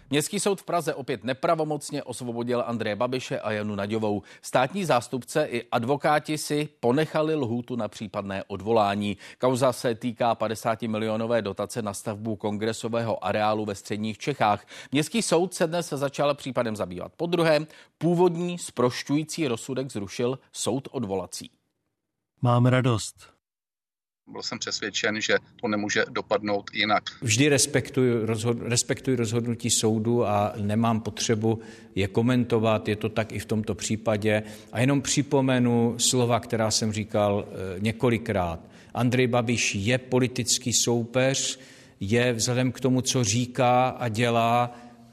Městský soud v Praze opět nepravomocně osvobodil Andreje Babiše a Janu Nagyovou. Státní zástupce i advokáti si ponechali lhůtu na případné odvolání. Kauza se týká 50-milionové dotace na stavbu kongresového areálu ve středních Čechách. Městský soud se dnes začal případem zabývat podruhé. Původní zprošťující rozsudek zrušil soud odvolací. Mám radost. Byl jsem přesvědčen, že to nemůže dopadnout jinak. Vždy respektuji rozhodnutí soudu a nemám potřebu je komentovat, je to tak i v tomto případě. A jenom připomenu slova, která jsem říkal několikrát. Andrej Babiš je politický soupeř, je vzhledem k tomu, co říká a dělá,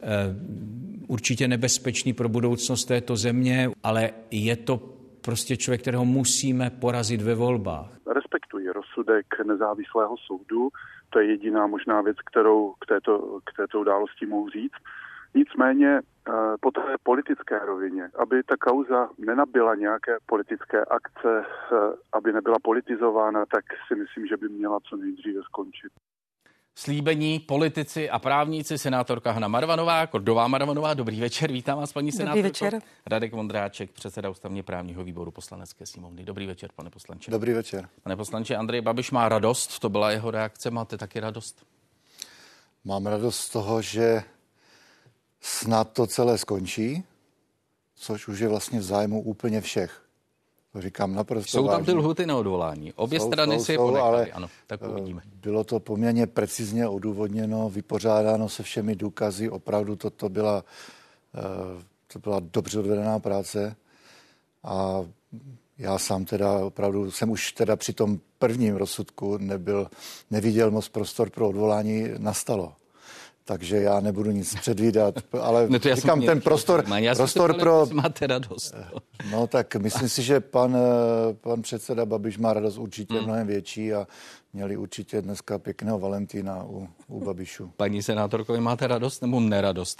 určitě nebezpečný pro budoucnost této země, ale je to prostě člověk, kterého musíme porazit ve volbách. Respektuji rozsudek nezávislého soudu, to je jediná možná věc, kterou k této události mohu říct. Nicméně po té politické rovině, aby ta kauza nenabyla nějaké politické akce, aby nebyla politizována, tak si myslím, že by měla co nejdříve skončit. Slíbení politici a právníci, senátorka Hana Marvanová, Kordová Marvanová. Dobrý večer, vítám vás, paní senátorko. Dobrý večer. Radek Vondráček, předseda ústavně právního výboru Poslanecké sněmovny. Dobrý večer, pane poslanče. Dobrý večer. Pane poslanče, Andrej Babiš má radost, to byla jeho reakce, máte taky radost? Mám radost z toho, že snad to celé skončí, což už je vlastně v zájmu úplně všech. To říkám naprosto Jsou tam vážně. ty lhuty na odvolání. Obě strany si je ponechaly, ano, tak uvidíme. Bylo to poměrně precizně odůvodněno, vypořádáno se všemi důkazy. Opravdu to byla dobře odvedená práce. A já sám teda opravdu jsem už teda při tom prvním rozsudku neviděl moc prostor pro odvolání, nastalo. Takže já nebudu nic předvídat, ale říkám, ten prostor pro... Máte radost. No tak myslím si, že pan předseda Babiš má radost určitě mnohem větší a měli určitě dneska pěkného Valentína u Babišů. Paní senátorko, vy máte radost nebo neradost?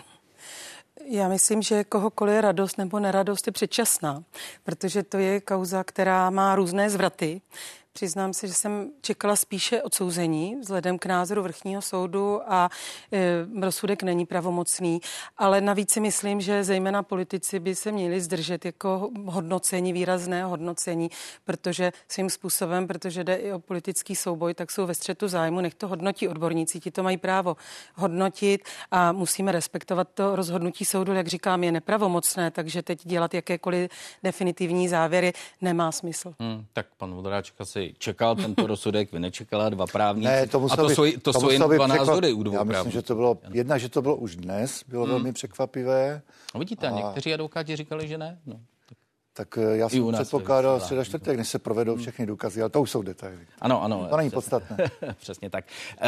Já myslím, že kohokoliv je radost nebo neradost je předčasná, protože to je kauza, která má různé zvraty. Přiznám se, že jsem čekala spíše odsouzení vzhledem k názoru vrchního soudu a rozsudek není pravomocný, ale navíc si myslím, že zejména politici by se měli zdržet jako hodnocení, výrazného hodnocení, protože svým způsobem, protože jde i o politický souboj, tak jsou ve střetu zájmu, nech to hodnotí odborníci, ti to mají právo hodnotit a musíme respektovat to rozhodnutí soudu, jak říkám, je nepravomocné, takže teď dělat jakékoliv definitivní závěry nemá smysl. Tak pan Vondráček asi čekal tento rozsudek, vy nečekala, dva právníci. Ne, to jsou jen dva názory u dvou právníků. Já myslím, že to bylo, že to bylo už dnes, bylo velmi překvapivé. No vidíte, někteří advokáti říkali, že ne. No, tak já jsem předpokládal středa čtvrtek, než se provedou všechny důkazy, ale to už jsou detaily. Ano. To není podstatné. Přesně tak.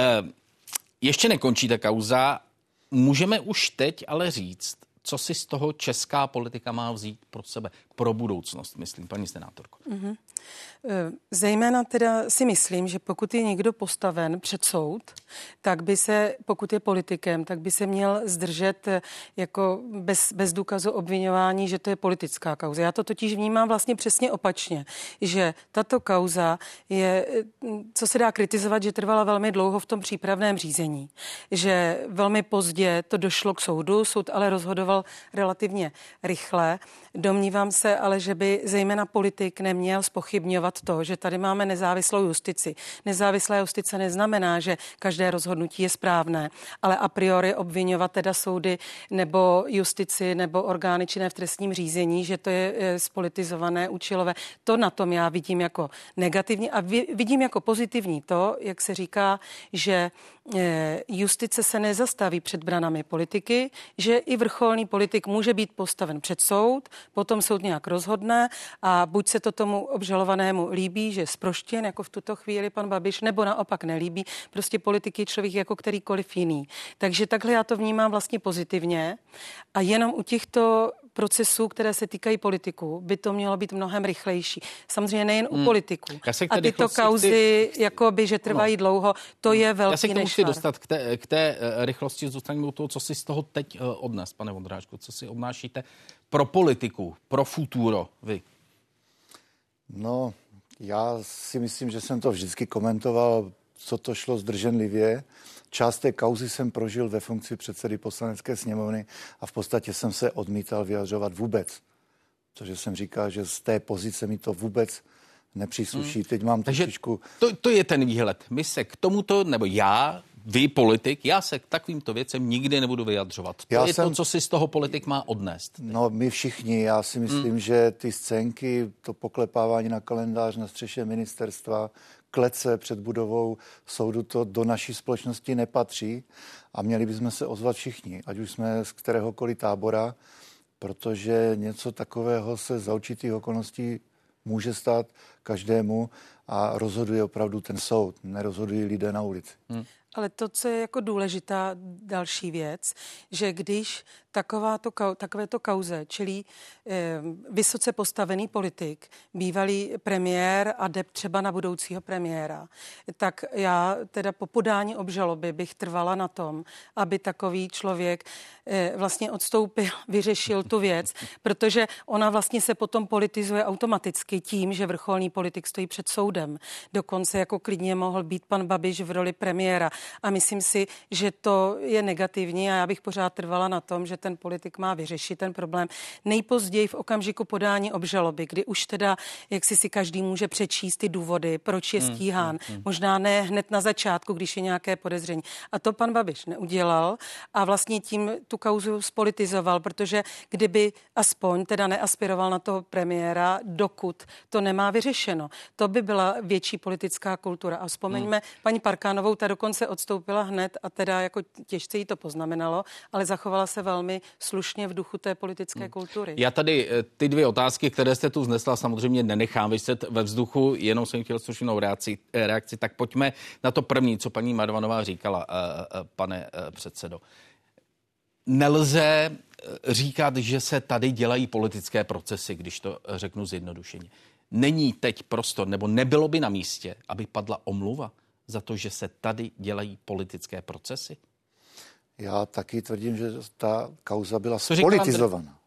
Ještě nekončí ta kauza. Můžeme už teď ale říct, co si z toho česká politika má vzít pro sebe, pro budoucnost, myslím, paní senátorko. Zejména teda si myslím, že pokud je někdo postaven před soud, tak by se, pokud je politikem, tak by se měl zdržet jako bez důkazu obviňování, že to je politická kauza. Já to totiž vnímám vlastně přesně opačně, že tato kauza je, co se dá kritizovat, že trvala velmi dlouho v tom přípravném řízení, že velmi pozdě to došlo k soudu, soud ale rozhodoval relativně rychle. Domnívám se ale, že by zejména politik neměl zpochybňovat to, že tady máme nezávislou justici. Nezávislá justice neznamená, že každé rozhodnutí je správné, ale a priori obvinovat teda soudy nebo justici nebo orgány činné v trestním řízení, že to je spolitizované, účelové. To na tom já vidím jako negativní a vidím jako pozitivní to, jak se říká, že justice se nezastaví před branami politiky, že i vrcholný politik může být postaven před soud, potom soud nějak rozhodne a buď se to tomu obžalovanému líbí, že je zproštěn, jako v tuto chvíli pan Babiš, nebo naopak nelíbí. Prostě politik je člověk jako kterýkoliv jiný. Takže takhle já to vnímám vlastně pozitivně a jenom u těchto procesů, které se týkají politiků, by to mělo být mnohem rychlejší. Samozřejmě nejen u politiků. A tyto kauzy, jakoby, že trvají dlouho, to je velký nešvar. Já se chci dostat k té rychlosti, zůstaňme u toho, co si z toho teď odnes, pane Vondráčku, co si odnášíte pro politiku, pro futuro vy? No, já si myslím, že jsem to vždycky komentoval co to šlo zdrženlivě. Část té kauzy jsem prožil ve funkci předsedy Poslanecké sněmovny a v podstatě jsem se odmítal vyjadřovat vůbec. Protože jsem říkal, že z té pozice mi to vůbec nepřísluší. Teď mám trošičku... To je ten výhled. My se k tomuto, nebo vy politik, já se k takovýmto věcem nikdy nebudu vyjadřovat. To je to, co si z toho politik má odnést. No my všichni, já si myslím, že ty scénky, to poklepávání na kalendář na střeše ministerstva, klece před budovou soudu, to do naší společnosti nepatří a měli bychom se ozvat všichni, ať už jsme z kteréhokoliv tábora, protože něco takového se za určitých okolností může stát každému a rozhoduje opravdu ten soud, nerozhodují lidé na ulici. Ale to, co je jako důležitá další věc, že když takovéto kauze čelí vysoce postavený politik, bývalý premiér a adept třeba na budoucího premiéra, tak já teda po podání obžaloby bych trvala na tom, aby takový člověk vlastně odstoupil, vyřešil tu věc, protože ona vlastně se potom politizuje automaticky tím, že vrcholný politik stojí před soudem. Dokonce jako klidně mohl být pan Babiš v roli premiéra. A myslím si, že to je negativní a já bych pořád trvala na tom, že ten politik má vyřešit ten problém nejpozději v okamžiku podání obžaloby, kdy už teda, jak si každý může přečíst ty důvody, proč je stíhán. Možná ne hned na začátku, když je nějaké podezření. A to pan Babiš neudělal a vlastně tím tu kauzu spolitizoval, protože kdyby aspoň teda neaspiroval na toho premiéra, dokud to nemá vyřešeno. To by byla větší politická kultura. A vzpomeňme, paní Parkánovou, ta dokonce odstoupila hned a teda jako těžce jí to poznamenalo, ale zachovala se velmi slušně v duchu té politické kultury. Já tady ty dvě otázky, které jste tu vznesla, samozřejmě nenechám vyset ve vzduchu, jenom jsem chtěl slušnou reakci, tak pojďme na to první, co paní Marvanová říkala, pane předsedo. Nelze říkat, že se tady dělají politické procesy, když to řeknu zjednodušeně. Není teď prostor, nebo nebylo by na místě, aby padla omluva za to, že se tady dělají politické procesy? Já taky tvrdím, že ta kauza byla spolitizovaná.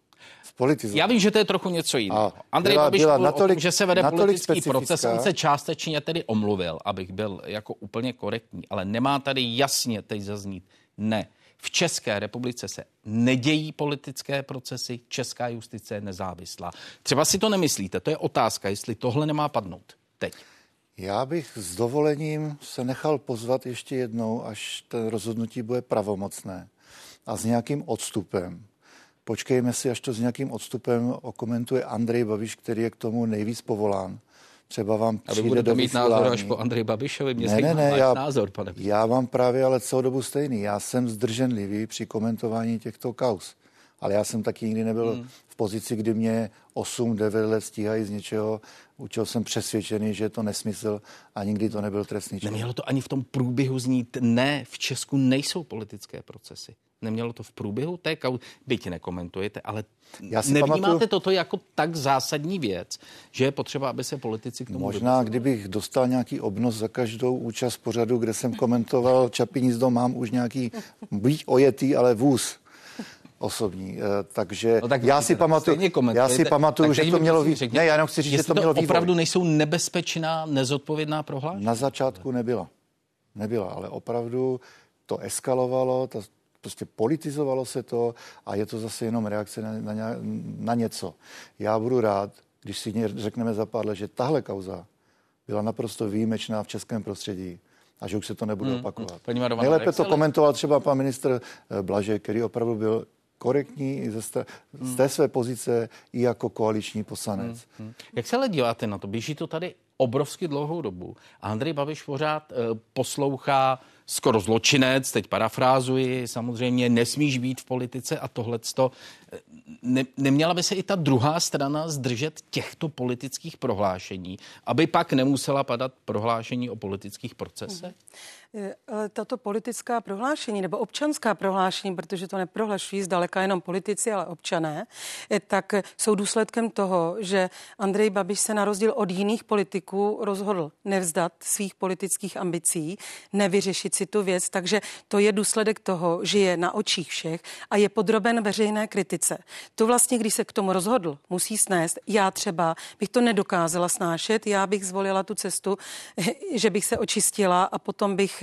Já vím, že to je trochu něco jiného. Andrej Babiš mluvil o tom, že se vede politický proces, on se částečně tedy omluvil, abych byl jako úplně korektní, ale nemá tady jasně teď zaznít ne. V České republice se nedějí politické procesy, česká justice je nezávislá. Třeba si to nemyslíte, to je otázka, jestli tohle nemá padnout teď. Já bych s dovolením se nechal pozvat ještě jednou, až to rozhodnutí bude pravomocné a s nějakým odstupem. Počkejme si, až to s nějakým odstupem okomentuje Andrej Babiš, který je k tomu nejvíc povolán. Třeba vám přijde do vysílání. A vy budete mít názor až po Andreji Babišovi? Mě zajímá názor, pane. Já mám právě ale celou dobu stejný. Já jsem zdrženlivý při komentování těchto kauz. Ale já jsem taky nikdy nebyl v pozici, kdy mě 8-9 let stíhají z něčeho, u čeho jsem přesvědčený, že je to nesmysl a nikdy to nebyl trestný čin. Nemělo to ani v tom průběhu znít, ne, v Česku nejsou politické procesy. Nemělo to v průběhu té kauzy, byť nekomentujete, ale nevnímáte toto jako tak zásadní věc, že je potřeba, aby se politici k tomu možná, kdybych dostal nějaký obnos za každou účast pořadu, kde jsem komentoval Čapí hnízdo, mám už nějaký byť ojetý, ale vůz osobní, takže no tak já si pamatuju, že to mělo vývoj. Ne, já jenom chci říct, že to mělo vývoj. Opravdu nejsou nebezpečná, nezodpovědná prohlášení? Na začátku nebyla, ale opravdu to eskalovalo, prostě politizovalo se to a je to zase jenom reakce na něco. Já budu rád, když si řekneme za pár let, že tahle kauza byla naprosto výjimečná v českém prostředí a že už se to nebude opakovat. Nejlépe to komentoval třeba pan ministr Blažek, který opravdu byl korektní z té své pozice i jako koaliční poslanec. Jak se ale díváte na to? Běží to tady obrovsky dlouhou dobu. Andrej Babiš pořád poslouchá skoro zločinec, teď parafrázuji, samozřejmě nesmíš být v politice a tohleto. Neměla by se i ta druhá strana zdržet těchto politických prohlášení, aby pak nemusela padat prohlášení o politických procesech? Ale tato politická prohlášení nebo občanská prohlášení, protože to neprohlašují zdaleka jenom politici, ale občané, tak jsou důsledkem toho, že Andrej Babiš se na rozdíl od jiných politiků rozhodl nevzdat svých politických ambicí, nevyřešit si tu věc, takže to je důsledek toho, že je na očích všech a je podroben veřejné kritice. kritice. To vlastně, když se k tomu rozhodl, musí snést. Já třeba bych to nedokázala snášet, já bych zvolila tu cestu, že bych se očistila a potom bych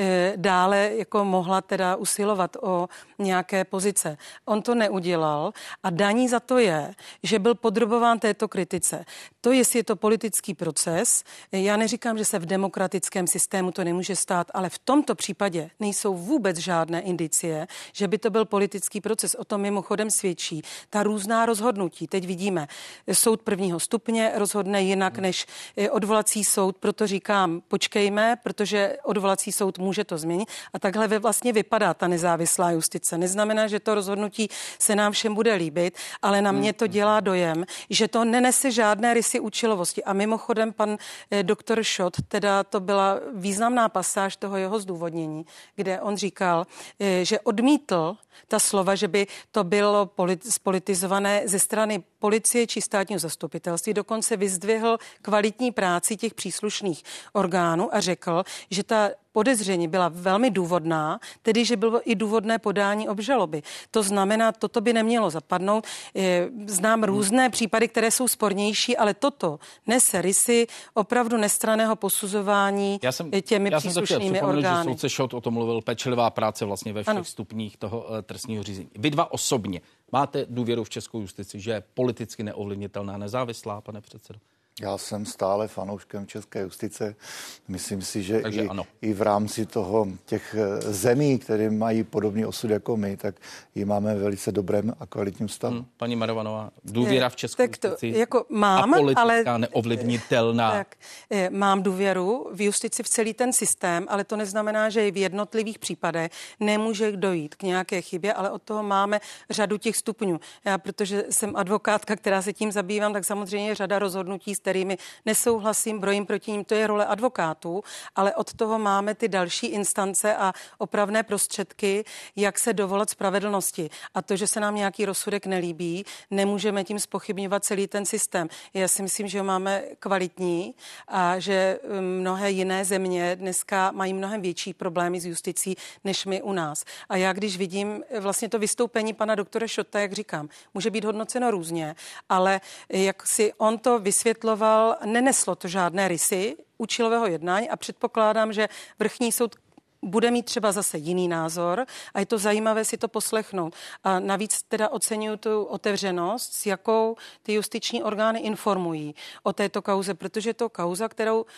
dále jako mohla teda usilovat o nějaké pozice. On to neudělal a daní za to je, že byl podrobován této kritice. To, jestli je to politický proces, já neříkám, že se v demokratickém systému to nemůže stát, ale v tomto případě nejsou vůbec žádné indicie, že by to byl politický proces. O tom mimochodem svědčí ta různá rozhodnutí. Teď vidíme, soud prvního stupně rozhodne jinak než odvolací soud, proto říkám, počkejme, protože odvolací soud může to změnit a takhle vlastně vypadá ta nezávislá justice. Neznamená, že to rozhodnutí se nám všem bude líbit, ale na mě to dělá dojem, že to nenese žádné rysy účelovosti. A mimochodem pan doktor Šot, teda to byla významná pasáž toho jeho zdůvodnění, kde on říkal, že odmítl ta slova, že by to bylo spolitizované ze strany policie či státního zastupitelství. Dokonce vyzdvihl kvalitní práci těch příslušných orgánů a řekl, že ta podezření byla velmi důvodná, tedy že bylo i důvodné podání obžaloby. To znamená, toto by nemělo zapadnout. Znám různé případy, které jsou spornější, ale toto nese rysy opravdu nestranného posuzování těmi příslušnými orgány. Že soudce Šot o tom mluvil, pečlivá práce vlastně ve všech stupních toho trestního řízení. Vy dva osobně máte důvěru v českou justici, že je politicky neovlivnitelná, nezávislá, pane předsedo? Já jsem stále fanouškem české justice. Myslím si, že i v rámci toho těch zemí, které mají podobný osud jako my, tak ji máme v velice dobrém a kvalitním stavu. Paní Marovanová, důvěra v českou justici jako mám, a politická neovlivnitelná. Tak, mám důvěru v justici v celý ten systém, ale to neznamená, že i v jednotlivých případech nemůže dojít k nějaké chybě, ale od toho máme řadu těch stupňů. Já, protože jsem advokátka, která se tím zabývám, tak samozřejmě řada rozhodnutí, s kterými nesouhlasím, brojím proti ním, to je role advokátů, ale od toho máme ty další instance a opravné prostředky, jak se dovolat spravedlnosti. A to, že se nám nějaký rozsudek nelíbí, nemůžeme tím zpochybňovat celý ten systém. Já si myslím, že ho máme kvalitní a že mnohé jiné země dneska mají mnohem větší problémy s justicí, než my u nás. A já, když vidím vlastně to vystoupení pana doktora Šota, jak říkám, může být hodnoceno různě, ale jak si on to vysvětloval, neneslo to žádné rysy účelového jednání a předpokládám, že vrchní soud bude mít třeba zase jiný názor a je to zajímavé si to poslechnout. A navíc teda oceňuju tu otevřenost, s jakou ty justiční orgány informují o této kauze, protože je to kauza,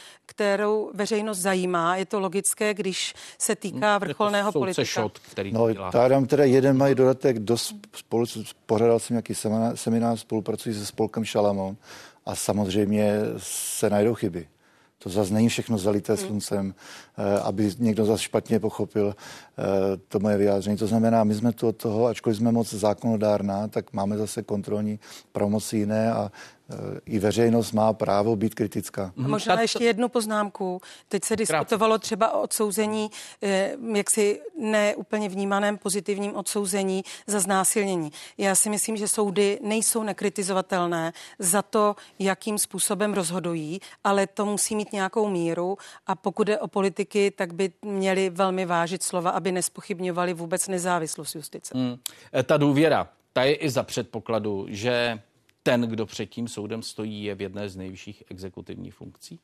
kterou veřejnost zajímá. Je to logické, když se týká vrcholného politika. Šot, který já dám teda jeden malý dodatek. Pořádal jsem nějaký seminář, spolupracuji se spolkem Šalamón a samozřejmě se najdou chyby. To zase není všechno zalité sluncem, aby někdo zase špatně pochopil to moje vyjádření. To znamená, my jsme tu od toho, ačkoliv jsme moc zákonodárná, tak máme zase kontrolní pravomoci jiné a i veřejnost má právo být kritická. A možná ještě jednu poznámku. Teď se diskutovalo třeba o odsouzení, jaksi neúplně vnímaném pozitivním odsouzení za znásilnění. Já si myslím, že soudy nejsou nekritizovatelné za to, jakým způsobem rozhodují, ale to musí mít nějakou míru a pokud jde o politiky, tak by měli velmi vážit slova, aby nespochybňovali vůbec nezávislost justice. Ta důvěra, ta je i za předpokladu, že ten, kdo před tím soudem stojí, je v jedné z nejvyšších exekutivních funkcí?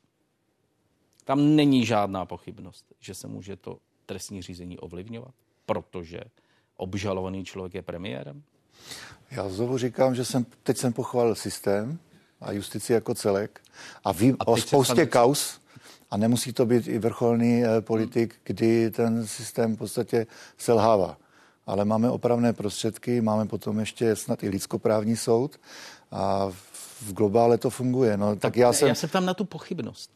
Tam není žádná pochybnost, že se může to trestní řízení ovlivňovat, protože obžalovaný člověk je premiérem? Já znovu říkám, že teď jsem pochválil systém a justici jako celek a vím o spoustě kauz a nemusí to být i vrcholný politik, kdy ten systém v podstatě selhává. Ale máme opravné prostředky, máme potom ještě snad i lidskoprávní soud a v globále to funguje. No, tak já se ptám na tu pochybnost.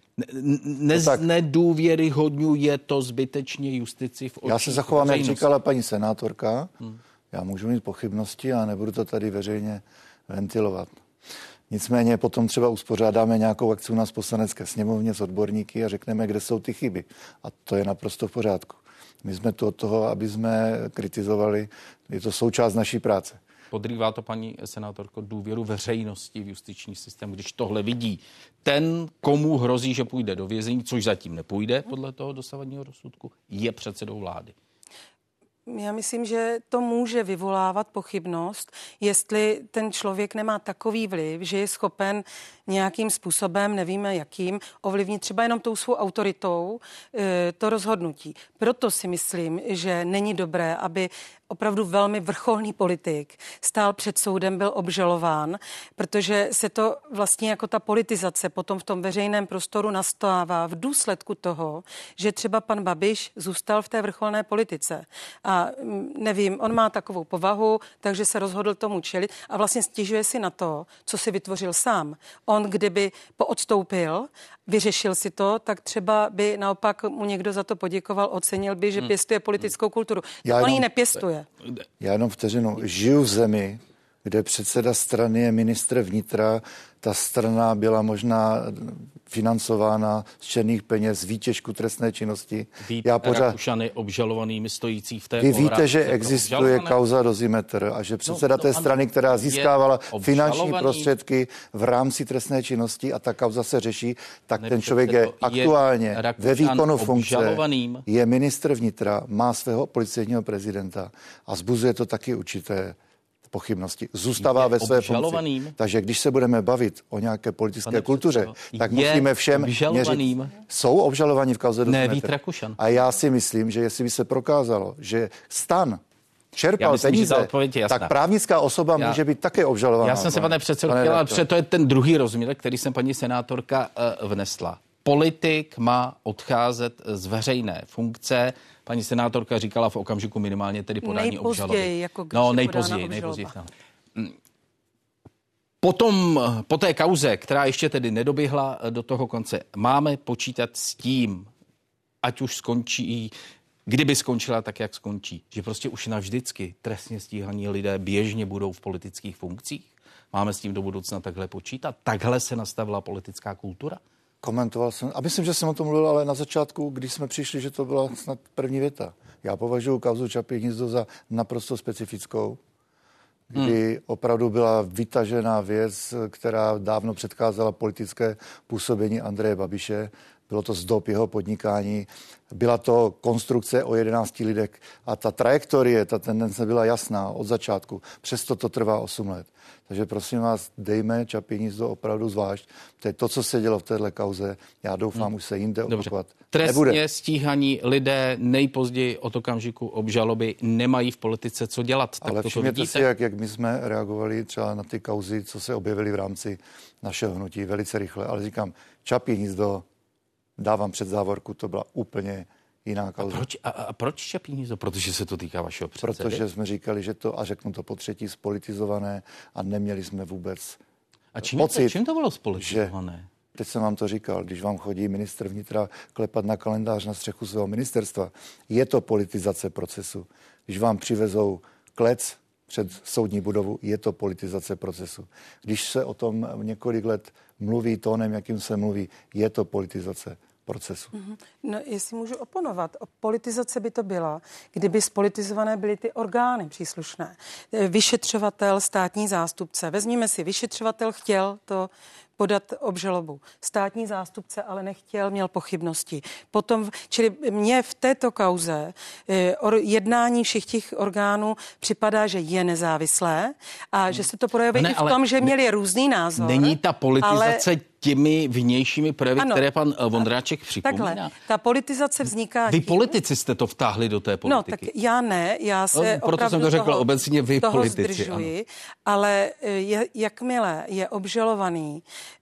Nedůvěryhodňuje to zbytečně justici v očích. Já se zachovám, jak říkala paní senátorka. Já můžu mít pochybnosti a nebudu to tady veřejně ventilovat. Nicméně potom třeba uspořádáme nějakou akci u nás v Poslanecké sněmovně s odborníky a řekneme, kde jsou ty chyby. A to je naprosto v pořádku. My jsme tu od toho, aby jsme kritizovali. Je to součást naší práce. Podrývá to, paní senátorko, důvěru veřejnosti v justiční systém, když tohle vidí ten, komu hrozí, že půjde do vězení, což zatím nepůjde podle toho dosavadního rozsudku, je předsedou vlády. Já myslím, že to může vyvolávat pochybnost, jestli ten člověk nemá takový vliv, že je schopen nějakým způsobem, nevíme jakým, ovlivnit třeba jenom tou svou autoritou to rozhodnutí. Proto si myslím, že není dobré, aby opravdu velmi vrcholný politik stál před soudem, byl obžalován, protože se to vlastně jako ta politizace potom v tom veřejném prostoru nastává v důsledku toho, že třeba pan Babiš zůstal v té vrcholné politice. A nevím, on má takovou povahu, takže se rozhodl tomu čelit a vlastně stěžuje si na to, co si vytvořil sám. On, kdyby poodstoupil, vyřešil si to, tak třeba by naopak mu někdo za to poděkoval, ocenil by, že pěstuje politickou kulturu. On ji nepěstuje. Já jenom vteřinu. Žiju v zemi, kde předseda strany je ministr vnitra. Ta strana byla možná financována z černých peněz, z výtěžku trestné činnosti. Rakušan je obžalovanými stojící v té Vy víte, že existuje kauza Dozimetr a že předseda té strany, která získávala finanční prostředky v rámci trestné činnosti a ta kauza se řeší, tak ten člověk je aktuálně ve výkonu funkce, je ministr vnitra, má svého policejního prezidenta a vzbuzuje to taky určité pochybnosti. Zůstává ve své funkci. Takže když se budeme bavit o nějaké politické kultuře, tak musíme všem měřit. Jsou obžalovaní v kauze Dozimetr. A já si myslím, že jestli by se prokázalo, že STAN čerpal peníze, tak právnická osoba může být také obžalována. Já jsem se, pane předsedo, chtěla, protože to je ten druhý rozměr, který jsem paní senátorka vnesla. Politik má odcházet z veřejné funkce. Paní senátorka říkala v okamžiku minimálně tedy podání obžaloby. Nejpozději. Potom, po té kauze, která ještě tedy nedoběhla do toho konce, máme počítat s tím, ať už skončí, kdyby skončila tak, jak skončí, že prostě už navždycky trestně stíhaní lidé běžně budou v politických funkcích? Máme s tím do budoucna takhle počítat? Takhle se nastavila politická kultura? Komentoval jsem, a myslím, že jsem o tom mluvil, ale na začátku, když jsme přišli, že to byla snad první věta. Já považuji kauzu Čapí hnízdo za naprosto specifickou, kdy opravdu byla vytažená věc, která dávno předcházela politické působení Andreje Babiše. Bylo to z dob jeho podnikání, byla to konstrukce o 11 lidech a ta trajektorie, ta tendence byla jasná od začátku. Přesto to trvá 8 let. Takže prosím vás, dejme Čapí hnízdo opravdu zvlášť. To, co se dělo v téhle kauze, já doufám, už se jinde opakovat Trestně stíhaní lidé nejpozději od okamžiku obžaloby nemají v politice co dělat. Ale všimněte si, jak my jsme reagovali třeba na ty kauzy, co se objevily v rámci našeho hnutí velice rychle. Ale říkám, Čapí hnízdo dávám před závorku, to byla úplně jiná kauza. A proč Čapí hnízdo? Protože se to týká vašeho předsedy? Protože jsme říkali, že to, a řeknu to po třetí, spolitizované a neměli jsme vůbec pocit, čím to bylo spolitizované? Teď jsem vám to říkal, když vám chodí ministr vnitra klepat na kalendář na střechu svého ministerstva, je to politizace procesu. Když vám přivezou klec před soudní budovu, je to politizace procesu. Když se o tom několik let mluví tónem, jakým se mluví, je to politizace procesu. No, jestli můžu oponovat, politizace by to byla, kdyby spolitizované byly ty orgány příslušné. Vyšetřovatel, státní zástupce. Vezměme si, vyšetřovatel chtěl to podat obžalobu. Státní zástupce ale nechtěl, měl pochybnosti. Potom, čili mně v této kauze jednání všech těch orgánů připadá, že je nezávislé a že se to projevuje i v tom, že měli různý názor. Není ta politizace těmi vnějšími projevy, které pan Vondráček připomíná? Takhle, ta politizace vzniká... Vy politici jste to vtáhli do té politiky. No, tak já ne, já se proto jsem to řekl obecně vy politici. Zdržuji, ale jakmile je obžalovaný,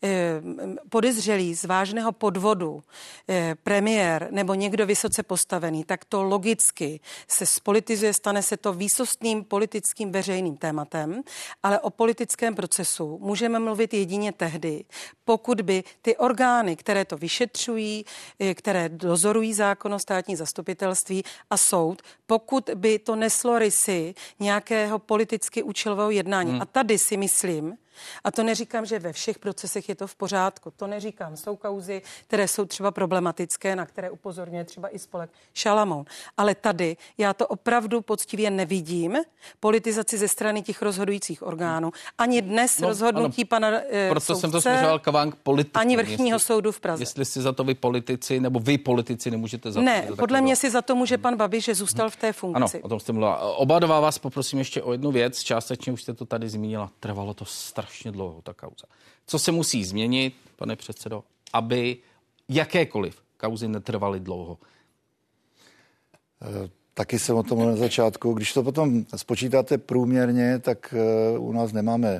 podezřelý z vážného podvodu premiér nebo někdo vysoce postavený, tak to logicky se spolitizuje, stane se to výsostným politickým veřejným tématem, ale o politickém procesu můžeme mluvit jedině tehdy, pokud by ty orgány, které to vyšetřují, které dozorují zákon o státní zastupitelství a soud, pokud by to neslo rysy nějakého politicky účelového jednání. A tady si myslím, A to neříkám, že ve všech procesech je to v pořádku. To neříkám. Jsou kauzy, které jsou třeba problematické, na které upozorňuje třeba i spolek Šalamoun. Ale tady já to opravdu poctivě nevidím. Politizaci ze strany těch rozhodujících orgánů. Ani dnes rozhodnutí pana proto soudce, jsem to směřoval k vám, k politiku. ani vrchního soudu v Praze. Jestli si za to vy politici nemůžete za to. Ne, podle mě si za to může pan Babiš, že zůstal v té funkci. Ano, o tom jste mluvila. Oba dva vás poprosím ještě o jednu věc. Částečně už jste to tady zmínila. Trvalo to strašně dlouho, ta kauza. Co se musí změnit, pane předsedo, aby jakékoliv kauzy netrvaly dlouho? Taky jsem o tom mluvil na začátku. Když to potom spočítáte průměrně, tak u nás nemáme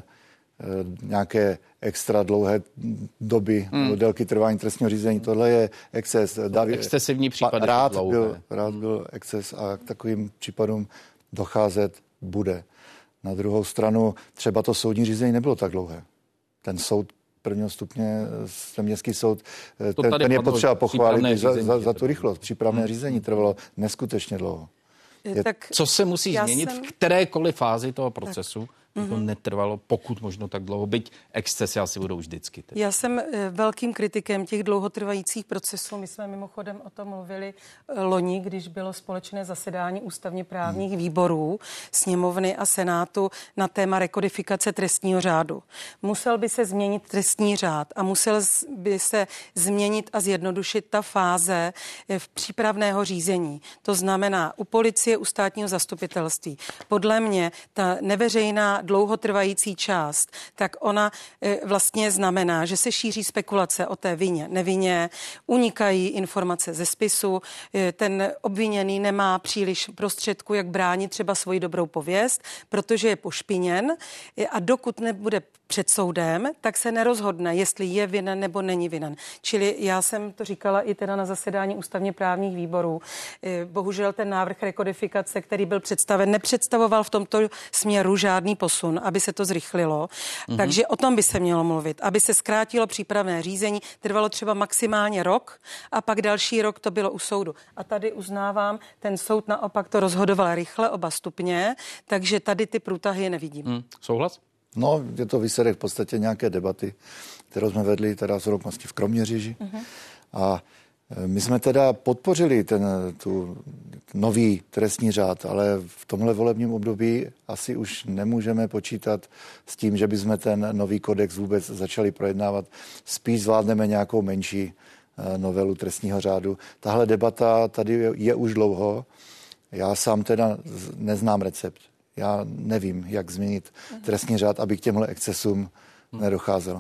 nějaké extra dlouhé doby délky trvání trestního řízení. Tohle je exces. Excesivní případ. Rád byl exces a k takovým případům docházet bude. Na druhou stranu třeba to soudní řízení nebylo tak dlouhé. Ten soud prvního stupně, ten městský soud, ten je potřeba pochválit za tu rychlost. Přípravné řízení trvalo neskutečně dlouho. Tak co se musí změnit v kterékoliv fázi toho procesu, to netrvalo pokud možno tak dlouho, byť excesy asi budou vždycky. Tedy. Já jsem velkým kritikem těch dlouhotrvajících procesů. My jsme mimochodem o tom mluvili loni, když bylo společné zasedání ústavně právních výborů, sněmovny a senátu na téma rekodifikace trestního řádu. Musel by se změnit trestní řád a musel by se změnit a zjednodušit ta fáze v přípravného řízení. To znamená u policie, u státního zastupitelství. Podle mě ta neveřejná dlouhotrvající část, tak ona vlastně znamená, že se šíří spekulace o té vině, nevině, unikají informace ze spisu, ten obviněný nemá příliš prostředků, jak bránit třeba svoji dobrou pověst, protože je pošpiněn a dokud nebude před soudem, tak se nerozhodne, jestli je vinen nebo není vinen. Čili já jsem to říkala i teda na zasedání ústavně právních výborů. Bohužel ten návrh rekodifikace, který byl představen, nepředstavoval v tomto směru žádný posun, aby se to zrychlilo. Takže o tom by se mělo mluvit, aby se zkrátilo přípravné řízení, trvalo třeba maximálně rok a pak další rok to bylo u soudu. A tady uznávám, ten soud naopak to rozhodoval rychle, oba stupně, takže tady ty průtahy nevidím. Souhlas? No, je to výsledek v podstatě nějaké debaty, kterou jsme vedli teda z v Kroměříži. A my jsme teda podpořili tu nový trestní řád, ale v tomhle volebním období asi už nemůžeme počítat s tím, že bychom ten nový kodex vůbec začali projednávat. Spíš zvládneme nějakou menší novelu trestního řádu. Tahle debata tady je už dlouho. Já sám teda neznám recept. Já nevím, jak změnit trestní řád, aby k těmhle excesům nedocházelo.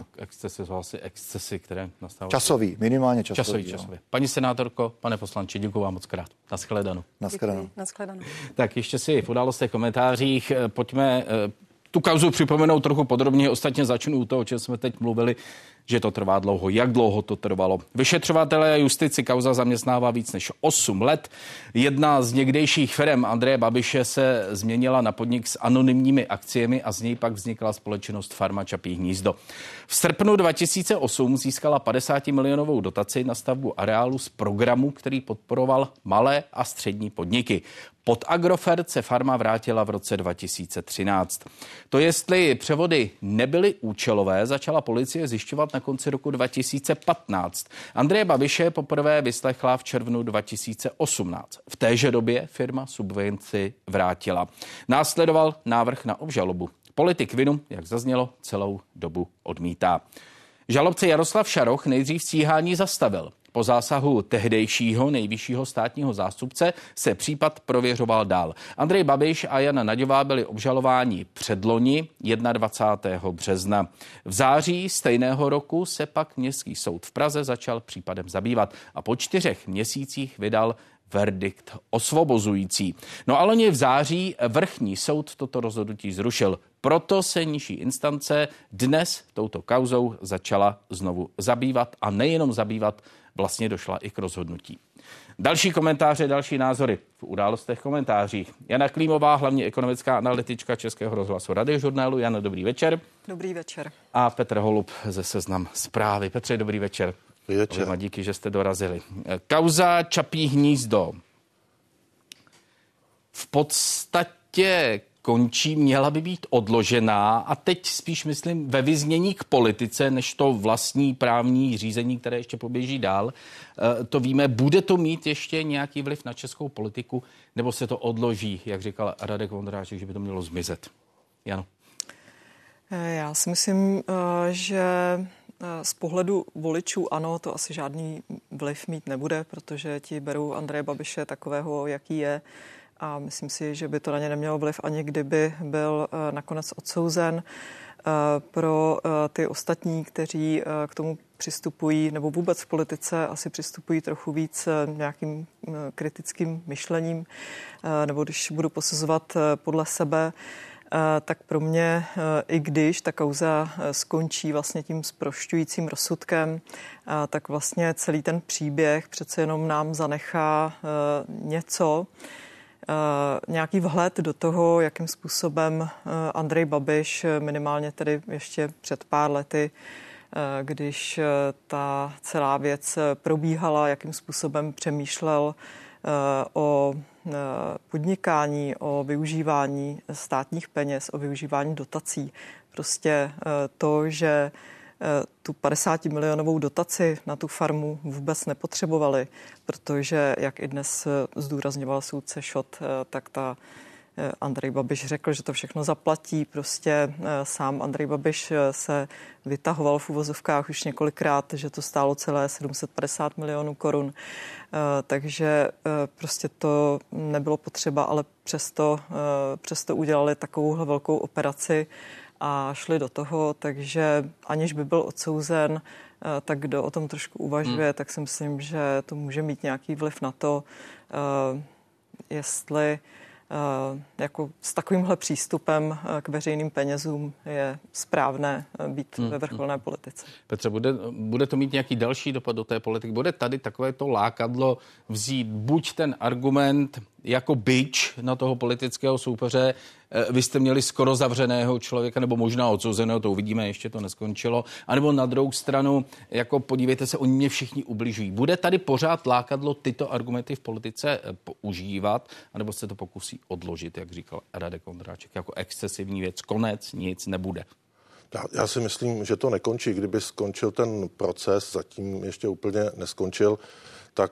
Excesy, které nastávají. Časový, minimálně časový. Paní senátorko, pane poslanče, děkuji vám moc krát. Naschledanou. Naschledanou. Tak ještě si v událostech komentářích pojďme tu kauzu připomenout trochu podrobně. Ostatně začnu u toho, o čem jsme teď mluvili, že to trvá dlouho. Jak dlouho to trvalo? Vyšetřovatelé a justici kauza zaměstnává víc než 8 let. Jedna z někdejších firem Andreje Babiše se změnila na podnik s anonymními akciemi a z něj pak vznikla společnost Farma Čapí hnízdo. V srpnu 2008 získala 50-milionovou dotaci na stavbu areálu z programu, který podporoval malé a střední podniky. Pod Agrofert se farma vrátila v roce 2013. To jestli převody nebyly účelové, začala policie zjišťovat na konci roku 2015. Andreje Babiše poprvé vyslechla v červnu 2018. V téže době firma subvenci vrátila. Následoval návrh na obžalobu. Politik vinu, jak zaznělo, celou dobu odmítá. Žalobce Jaroslav Šaroch nejdřív stíhání zastavil. Po zásahu tehdejšího nejvyššího státního zástupce se případ prověřoval dál. Andrej Babiš a Jana Naďová byli obžalováni předloni 21. března. V září stejného roku se pak Městský soud v Praze začal případem zabývat a po 4 měsících vydal verdikt osvobozující. No ale loni v září vrchní soud toto rozhodnutí zrušil. Proto se nižší instance dnes touto kauzou začala znovu zabývat a nejenom zabývat, vlastně došla i k rozhodnutí. Další komentáře, další názory v událostech komentářích. Jana Klímová, hlavní ekonomická analytička Českého rozhlasu Radiožurnálu. Jana, dobrý večer. Dobrý večer. A Petr Holub ze Seznam Zprávy. Petře, dobrý večer. Dobrý večer. Díky, že jste dorazili. Kauza Čapí hnízdo. V podstatě končí, měla by být odložená a teď spíš myslím ve vyznění k politice, než to vlastní právní řízení, které ještě poběží dál. To víme, bude to mít ještě nějaký vliv na českou politiku, nebo se to odloží, jak říkal Radek Vondráček, že by to mělo zmizet? Jano. Já si myslím, že z pohledu voličů ano, to asi žádný vliv mít nebude, protože ti berou Andreje Babiše takového, jaký je. A myslím si, že by to na ně nemělo vliv, ani kdyby byl nakonec odsouzen. Pro ty ostatní, kteří k tomu přistupují, nebo vůbec v politice asi přistupují trochu víc nějakým kritickým myšlením, nebo když budu posuzovat podle sebe, tak pro mě, i když ta kauza skončí vlastně tím zprošťujícím rozsudkem, tak vlastně celý ten příběh přece jenom nám zanechá něco, nějaký vhled do toho, jakým způsobem Andrej Babiš minimálně tedy ještě před pár lety, když ta celá věc probíhala, jakým způsobem přemýšlel o podnikání, o využívání státních peněz, o využívání dotací. Prostě to, že tu 50 milionovou dotaci na tu farmu vůbec nepotřebovali, protože, jak i dnes zdůrazňoval soudce Šot, tak Andrej Babiš řekl, že to všechno zaplatí. Prostě sám Andrej Babiš se vytahoval v uvozovkách už několikrát, že to stálo celé 750 milionů korun. Takže prostě to nebylo potřeba, ale přesto udělali takovouhle velkou operaci a šli do toho, takže aniž by byl odsouzen, tak kdo o tom trošku uvažuje, tak si myslím, že to může mít nějaký vliv na to, jestli jako s takovýmhle přístupem k veřejným penězům je správné být ve vrcholné politice. Petře, bude to mít nějaký další dopad do té politiky? Bude tady takovéto lákadlo vzít buď ten argument jako bič na toho politického soupeře, vy jste měli skoro zavřeného člověka, nebo možná odsouzeného, to uvidíme, ještě to neskončilo, anebo na druhou stranu, jako podívejte se, oni mě všichni ubližují. Bude tady pořád lákadlo tyto argumenty v politice používat, anebo se to pokusí odložit, jak říkal Radek Vondráček, jako excesivní věc, konec, nic nebude? Já si myslím, že to nekončí. Kdyby skončil ten proces, zatím ještě úplně neskončil, tak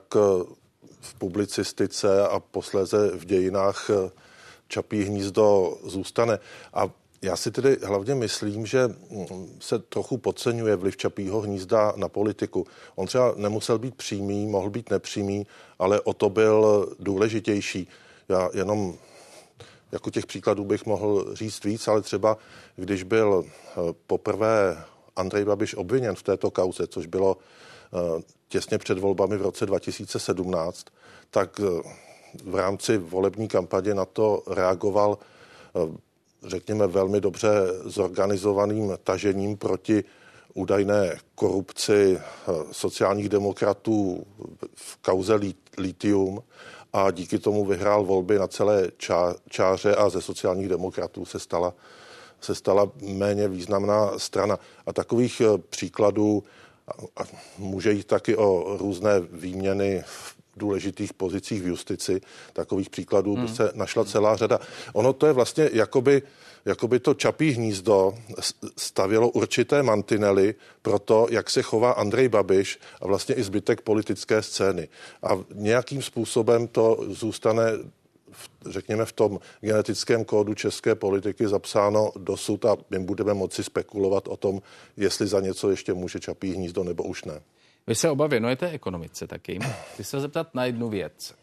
v publicistice a posléze v dějinách Čapí hnízdo zůstane. A já si tedy hlavně myslím, že se trochu podceňuje vliv Čapího hnízda na politiku. On třeba nemusel být přímý, mohl být nepřímý, ale o to byl důležitější. Já jenom jako těch příkladů bych mohl říct víc, ale třeba když byl poprvé Andrej Babiš obviněn v této kauze, což bylo těsně před volbami v roce 2017, tak v rámci volební kampaně na to reagoval, řekněme, velmi dobře zorganizovaným tažením proti údajné korupci sociálních demokratů v kauze Lithium a díky tomu vyhrál volby na celé čáře a ze sociálních demokratů se stala méně významná strana. A takových příkladů, a může jít taky o různé výměny v důležitých pozicích v justici, takových příkladů by se našla celá řada. Ono to je vlastně jakoby to Čapí hnízdo stavělo určité mantinely pro to, jak se chová Andrej Babiš a vlastně i zbytek politické scény. A nějakým způsobem to zůstane, řekněme, v tom genetickém kódu české politiky zapsáno dosud a my budeme moci spekulovat o tom, jestli za něco ještě může Čapí hnízdo nebo už ne. Vy se oba věnujete ekonomice taky. Chci se zeptat na jednu věc.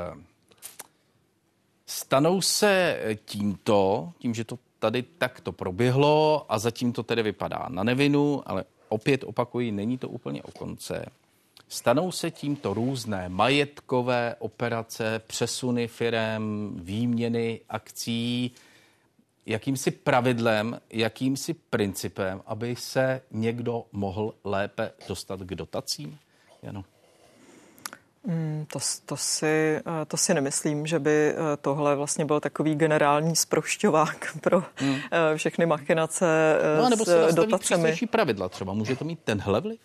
Stanou se tím, že to tady takto proběhlo a zatím to tedy vypadá na nevinu, ale opět opakuji, není to úplně o konce. Stanou se tímto různé majetkové operace, přesuny firem, výměny akcí, jakýmsi pravidlem, jakýmsi principem, aby se někdo mohl lépe dostat k dotacím? Jano. To si nemyslím, že by tohle vlastně byl takový generální zprošťovák pro všechny machinace nebo s dotacemi. Nebo přísnější pravidla třeba. Může to mít tenhle vliv?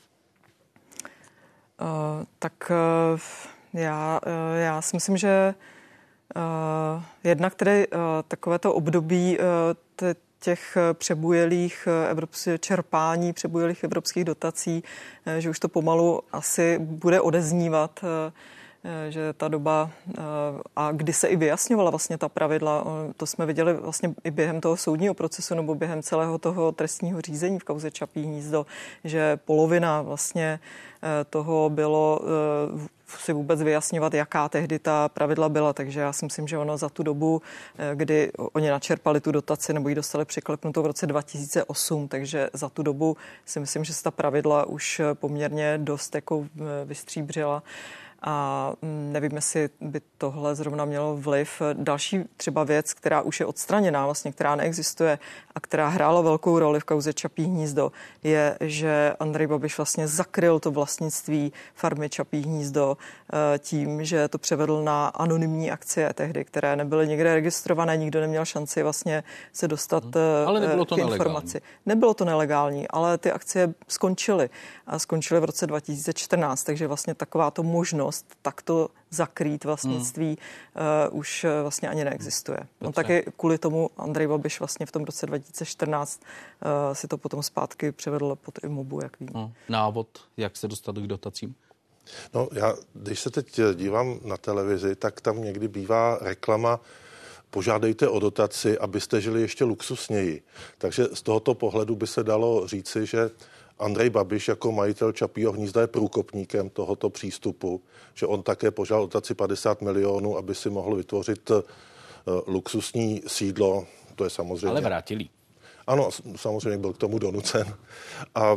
Já si myslím, že Jednak tedy takovéto období těch přebujelých čerpání přebujelých evropských dotací, že už to pomalu asi bude odeznívat, že ta doba a kdy se i vyjasňovala vlastně ta pravidla, to jsme viděli vlastně i během toho soudního procesu nebo během celého toho trestního řízení v kauze Čapí hnízdo, že polovina vlastně toho bylo si vůbec vyjasňovat, jaká tehdy ta pravidla byla. Takže já si myslím, že ono za tu dobu, kdy oni načerpali tu dotaci nebo ji dostali přiklepnutou v roce 2008, takže za tu dobu si myslím, že se ta pravidla už poměrně dost jako vystříbřila. A nevím, jestli by tohle zrovna mělo vliv. Další třeba věc, která už je odstraněná, vlastně, která neexistuje a která hrála velkou roli v kauze Čapí hnízdo, je, že Andrej Babiš vlastně zakryl to vlastnictví farmy Čapí hnízdo tím, že to převedl na anonymní akcie tehdy, které nebyly nikde registrované, nikdo neměl šanci vlastně se dostat ale nebylo to k informaci. Nebylo to nelegální, ale ty akcie skončily. A skončily v roce 2014, takže vlastně takováto možnost takto zakrýt vlastnictví už vlastně ani neexistuje. On taky kvůli tomu Andrej Babiš vlastně v tom roce 2014 si to potom zpátky převedl pod IMOBu, jak vím. Návod, jak se dostat k dotacím? No, když se teď dívám na televizi, tak tam někdy bývá reklama: požádejte o dotaci, abyste žili ještě luxusněji. Takže z tohoto pohledu by se dalo říci, že Andrej Babiš jako majitel Čapího hnízda je průkopníkem tohoto přístupu, že on také požádal dotaci 50 milionů, aby si mohl vytvořit luxusní sídlo. To je samozřejmě... Ale vrátili. Ano, samozřejmě byl k tomu donucen. A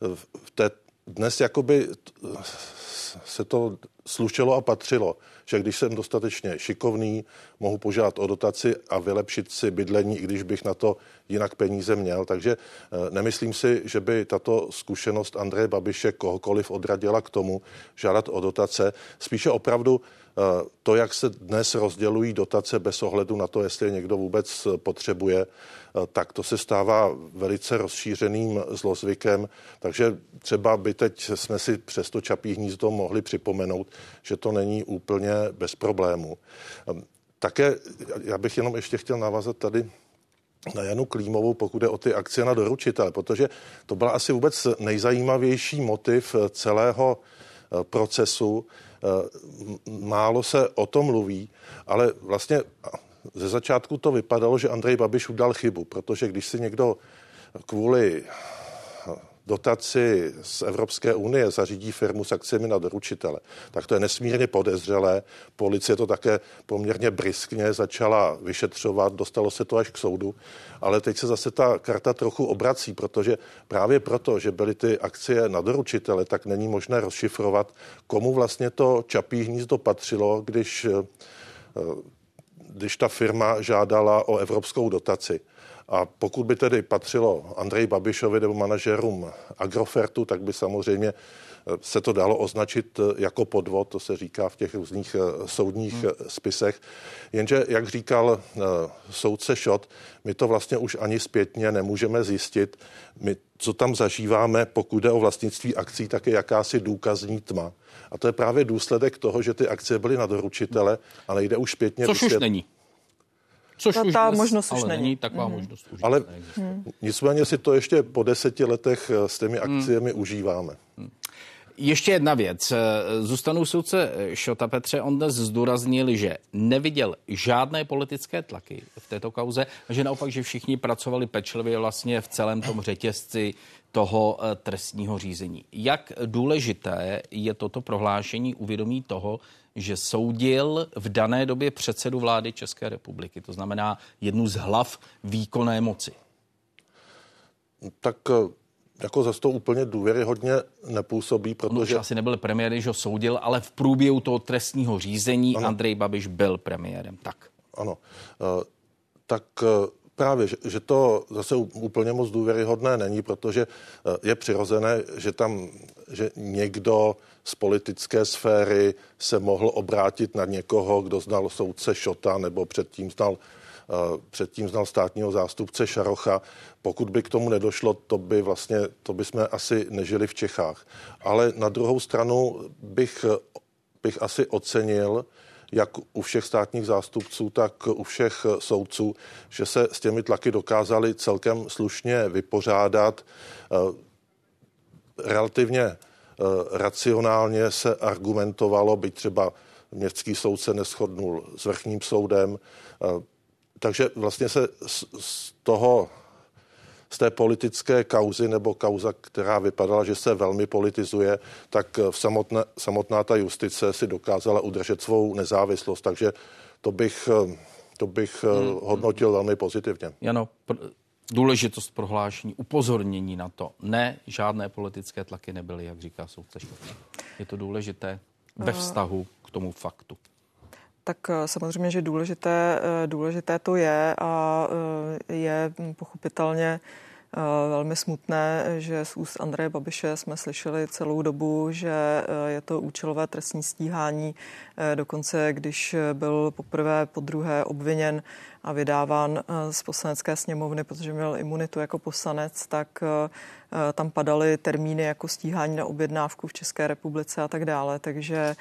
dnes jakoby se to slušelo a patřilo, že když jsem dostatečně šikovný, mohu požádat o dotaci a vylepšit si bydlení, i když bych na to jinak peníze měl. Takže nemyslím si, že by tato zkušenost Andreje Babiše kohokoliv odradila k tomu žádat o dotace. Spíše opravdu to, jak se dnes rozdělují dotace bez ohledu na to, jestli je někdo vůbec potřebuje, tak to se stává velice rozšířeným zlozvykem. Takže třeba by teď jsme si přes to Čapí hnízdo mohli připomenout, že to není úplně bez problému. Také já bych jenom ještě chtěl navázat tady na Janu Klímovou, pokud je o ty akcie na doručitele, protože to byla asi vůbec nejzajímavější motiv celého procesu. Málo se o tom mluví, ale vlastně ze začátku to vypadalo, že Andrej Babiš udělal chybu, protože když si někdo kvůli dotaci z Evropské unie zařídí firmu s akciemi na doručitele, tak to je nesmírně podezřelé. Policie to také poměrně bryskně začala vyšetřovat, dostalo se to až k soudu, ale teď se zase ta karta trochu obrací, protože právě proto, že byly ty akcie na doručitele, tak není možné rozšifrovat, komu vlastně to Čapí hnízdo patřilo, když ta firma žádala o evropskou dotaci. A pokud by tedy patřilo Andreji Babišovi nebo manažerům Agrofertu, tak by samozřejmě se to dalo označit jako podvod, to se říká v těch různých soudních spisech. Jenže, jak říkal soudce Šot, my to vlastně už ani zpětně nemůžeme zjistit. My, co tam zažíváme, pokud jde o vlastnictví akcí, tak je jakási důkazní tma. A to je právě důsledek toho, že ty akcie byly na doručitele a nejde už zpětně Což už není. Což ta už možnost už není taková možnost. Už ale nicméně si to ještě po 10 letech s těmi akciemi užíváme. Ještě jedna věc. Zůstanou soudce Šota, Petře, on dnes zdůraznil, že neviděl žádné politické tlaky v této kauze, že naopak, že všichni pracovali pečlivě vlastně v celém tom řetězci toho trestního řízení. Jak důležité je toto prohlášení uvědomí toho, že soudil v dané době předsedu vlády České republiky, to znamená jednu z hlav výkonné moci? Tak jako zase to úplně důvěryhodně nepůsobí, protože... On asi nebyl premiér, že ho soudil, ale v průběhu toho trestního řízení Andrej Babiš byl premiérem. Tak. Ano. Tak právě, že to zase úplně moc důvěryhodné není, protože je přirozené, že někdo z politické sféry se mohl obrátit na někoho, kdo znal soudce Šota nebo předtím znal státního zástupce Šarocha. Pokud by k tomu nedošlo, to by jsme asi nežili v Čechách. Ale na druhou stranu bych asi ocenil, jak u všech státních zástupců, tak u všech soudců, že se s těmi tlaky dokázali celkem slušně vypořádat. Relativně racionálně se argumentovalo, byť třeba městský soud se neshodnul s vrchním soudem. Takže vlastně se z té politické kauzy nebo kauza, která vypadala, že se velmi politizuje, tak samotná ta justice si dokázala udržet svou nezávislost. Takže to bych hodnotil velmi pozitivně. Jano, důležitost prohlášení, upozornění na to. Ne, žádné politické tlaky nebyly, jak říká soudce Štěpán. Je to důležité ve vztahu k tomu faktu. Tak samozřejmě, že důležité to je a je pochopitelně velmi smutné, že z úst Andreje Babiše jsme slyšeli celou dobu, že je to účelové trestní stíhání. Dokonce, když byl poprvé, podruhé obviněn a vydáván z poslanecké sněmovny, protože měl imunitu jako poslanec, tak tam padaly termíny jako stíhání na objednávku v České republice a tak dále. Takže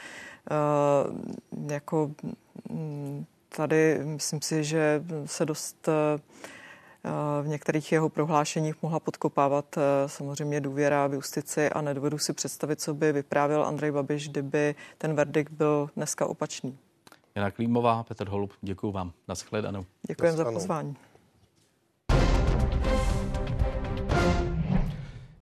jako tady myslím si, že se dost v některých jeho prohlášeních mohla podkopávat samozřejmě důvěra v justici a nedovedu si představit, co by vyprávěl Andrej Babiš, kdyby ten verdikt byl dneska opačný. Jana Klímová, Petr Holub, děkuju vám. Nashledanou. Děkujeme za pozvání.